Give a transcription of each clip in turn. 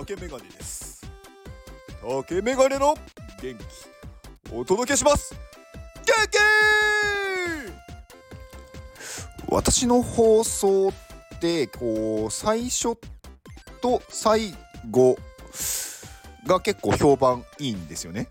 竹メガネです。竹メガネの元気お届けします。元気私の放送って最初と最後が結構評判いいんですよね。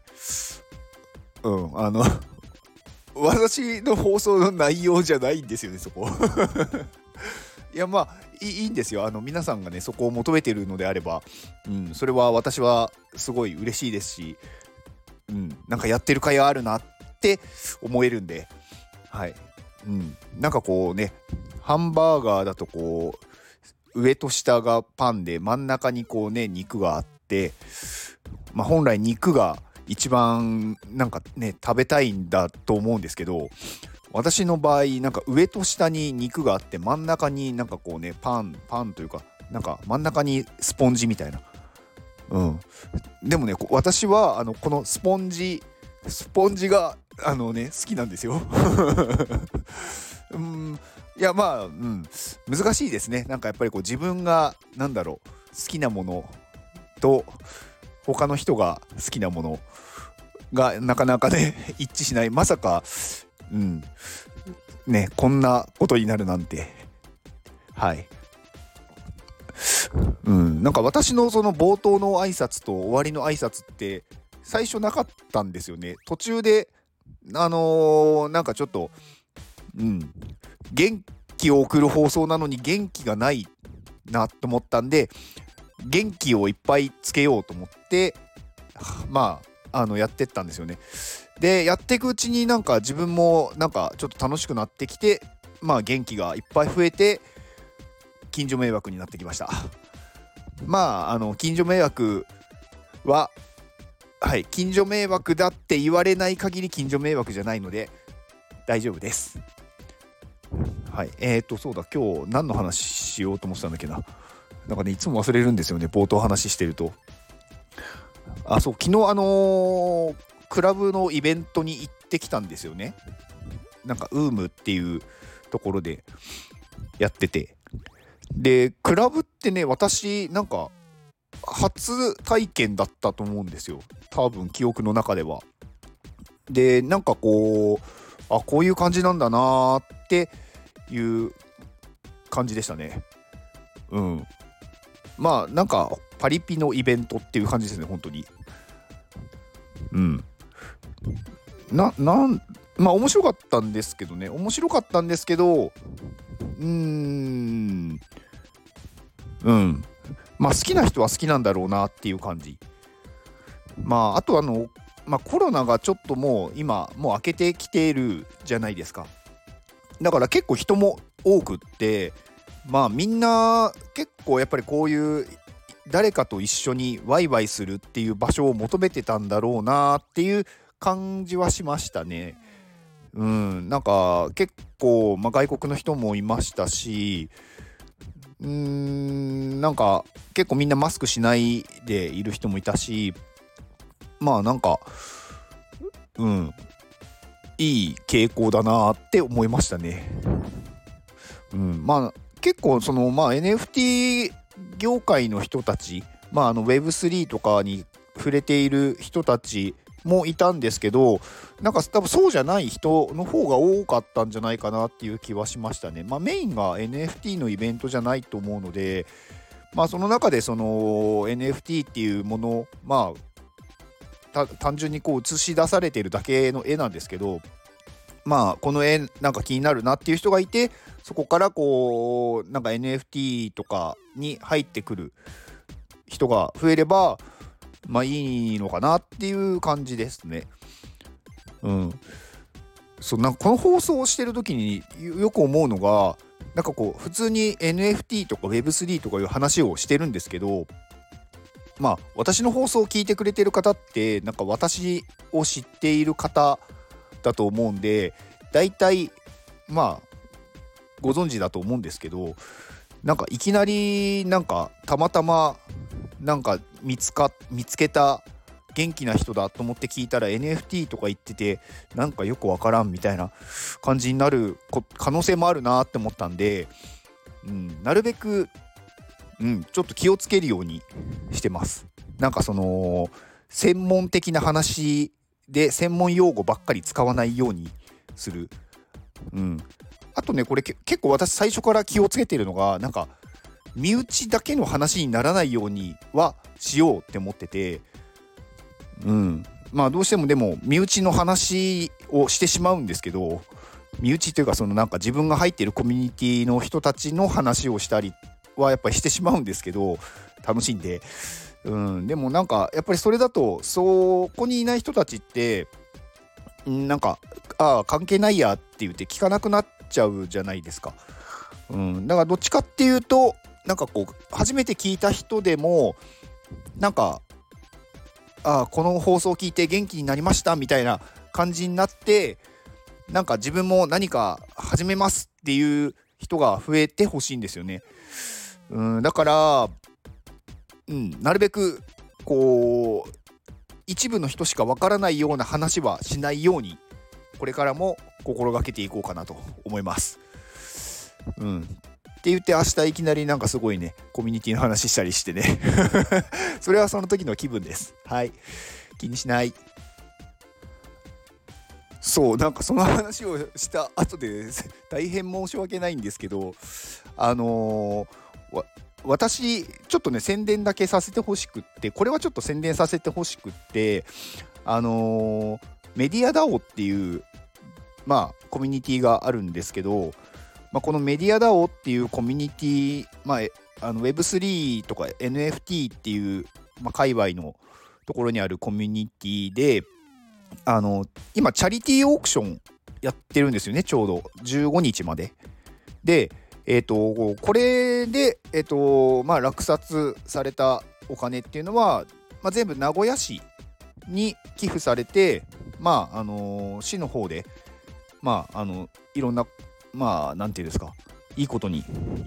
私の放送の内容じゃないんですよね、そこいやいいんですよ。皆さんがねそこを求めてるのであれば、それは私はすごい嬉しいですし、なんかやってる甲斐あるなって思えるんで、はい、なんかハンバーガーだと上と下がパンで真ん中に肉があって、本来肉が一番なんかね食べたいんだと思うんですけど、私の場合なんか上と下に肉があって真ん中になんかパンというかなんか真ん中にスポンジみたいな、でもね私はこのスポンジが好きなんですよいや難しいですね。なんかやっぱり自分が好きなものと他の人が好きなものがなかなかね一致しない。まさかこんなことになるなんて。なんか私のその冒頭の挨拶と終わりの挨拶って最初なかったんですよね。途中でなんかちょっと元気を送る放送なのに元気がないなと思ったんで、元気をいっぱいつけようと思ってやってったんですよね。でやっていくうちになんか自分もなんかちょっと楽しくなってきて、元気がいっぱい増えて近所迷惑になってきました。近所迷惑は近所迷惑だって言われない限り近所迷惑じゃないので大丈夫です。そうだ、今日何の話しようと思ってたんだっけな。なんかねいつも忘れるんですよね、冒頭話してると。昨日クラブのイベントに行ってきたんですよね。なんかウームっていうところでやってて、でクラブってね私なんか初体験だったと思うんですよ、多分記憶の中では。でなんかこういう感じなんだなっていう感じでしたね。なんかパリピのイベントっていう感じですね、本当に。面白かったんですけど好きな人は好きなんだろうなっていう感じ。あとコロナがちょっともう明けてきているじゃないですか。だから結構人も多くって、みんな結構やっぱりこういう誰かと一緒にワイワイするっていう場所を求めてたんだろうなっていう感じはしましたね。なんか結構、外国の人もいましたし、なんか結構みんなマスクしないでいる人もいたし、なんかいい傾向だなって思いましたね。結構そのNFT 業界の人たち、Web3 とかに触れている人たちもいたんですけど、なんか多分そうじゃない人の方が多かったんじゃないかなっていう気はしましたね。メインが NFT のイベントじゃないと思うので、その中でその NFT っていうもの単純に映し出されているだけの絵なんですけど、この絵なんか気になるなっていう人がいて、そこからなんか NFT とかに入ってくる人が増えればいいのかなっていう感じですね。なんかこの放送をしてる時によく思うのが、なんか普通に NFT とか Web3 とかいう話をしてるんですけど、私の放送を聞いてくれてる方ってなんか私を知っている方だと思うんで、だいたいご存知だと思うんですけど、なんかいきなりなんかたまたまなんか見つけた元気な人だと思って聞いたら NFT とか言っててなんかよくわからんみたいな感じになる可能性もあるなって思ったんで、なるべくちょっと気をつけるようにしてます。なんかその専門的な話で専門用語ばっかり使わないようにする。あとね、これ結構私最初から気をつけてるのが、なんか身内だけの話にならないようにはしようって思ってて、まあどうしてもでも身内の話をしてしまうんですけど、身内というかそのなんか自分が入っているコミュニティの人たちの話をしたりはやっぱりしてしまうんですけど、楽しんで、でもなんかやっぱりそれだとそこにいない人たちってなんか関係ないやって言って聞かなくなっちゃうじゃないですか。だからどっちかっていうとなんかこう初めて聞いた人でもなんかこの放送を聞いて元気になりましたみたいな感じになって、なんか自分も何か始めますっていう人が増えてほしいんですよね。だからなるべくこう一部の人しかわからないような話はしないようにこれからも心がけていこうかなと思います。って言って明日いきなりなんかすごいねコミュニティの話したりしてねそれはその時の気分です。はい、気にしない。そう、なんかその話をした後で大変申し訳ないんですけど、私ちょっとね宣伝だけさせてほしくって、これはちょっと宣伝させてほしくって、メディア DAO っていうコミュニティがあるんですけど、このメディア DAO っていうコミュニティ、Web3 とか NFT っていう、界隈のところにあるコミュニティで、今チャリティーオークションやってるんですよね、ちょうど15日まで。で、これで、落札されたお金っていうのは、全部名古屋市に寄付されて、市の方で、いろんな、なんていうんですか、いいことに、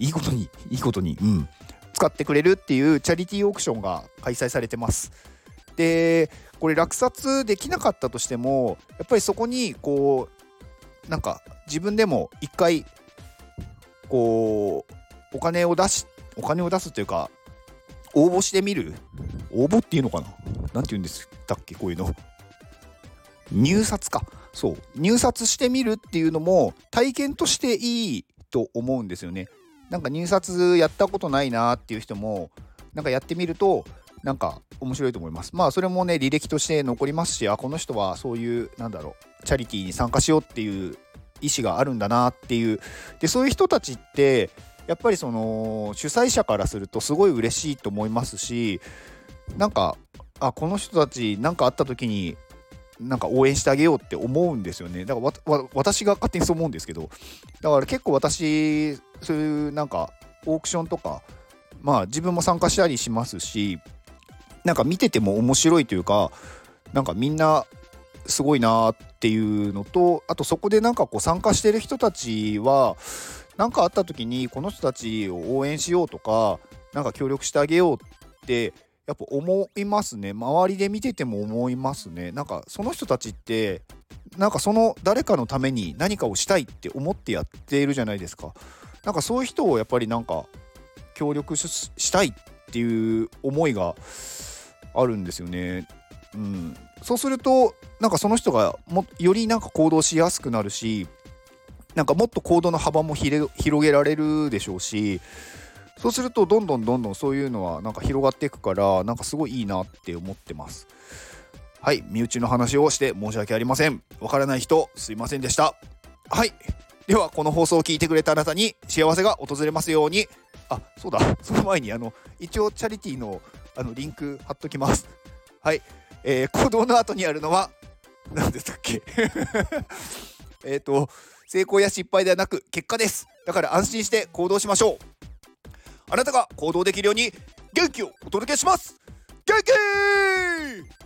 使ってくれるっていうチャリティーオークションが開催されてます。で、これ落札できなかったとしても、やっぱりそこにこうなんか自分でも一回こうお金を出すというか応募してみる。応募っていうのかな、なんて言うんですだっけ、こういうの入札か。そう入札してみるっていうのも体験としていいと思うんですよね。なんか入札やったことないなっていう人もなんかやってみるとなんか面白いと思います。それもね履歴として残りますし、この人はそういうチャリティーに参加しようっていう意思があるんだなっていう。でそういう人たちってやっぱりその主催者からするとすごい嬉しいと思いますし、なんかこの人たちなんかあった時になんか応援してあげようって思うんですよね。だから私が勝手にそう思うんですけど、だから結構私そういうなんかオークションとか自分も参加したりしますし、なんか見てても面白いというか、なんかみんなすごいなっていうのと、あとそこでなんかこう参加してる人たちはなんかあった時にこの人たちを応援しようとかなんか協力してあげようってやっぱ思いますね。周りで見てても思いますね。なんかその人たちってなんかその誰かのために何かをしたいって思ってやっているじゃないですか。なんかそういう人をやっぱりなんか協力したいっていう思いがあるんですよね。そうするとなんかその人がよりなんか行動しやすくなるし、なんかもっと行動の幅も広げられるでしょうし、そうするとどんどんそういうのはなんか広がっていくから、なんかすごいいいなって思ってます。はい、身内の話をして申し訳ありません。わからない人すいませんでした。はい、ではこの放送を聞いてくれたあなたに幸せが訪れますように。そうだ、その前に一応チャリティーのリンク貼っときます。はい、行動の後にあるのは何でしたっけ成功や失敗ではなく結果です。だから安心して行動しましょう。あなたが行動できるように元気をお届けします。元気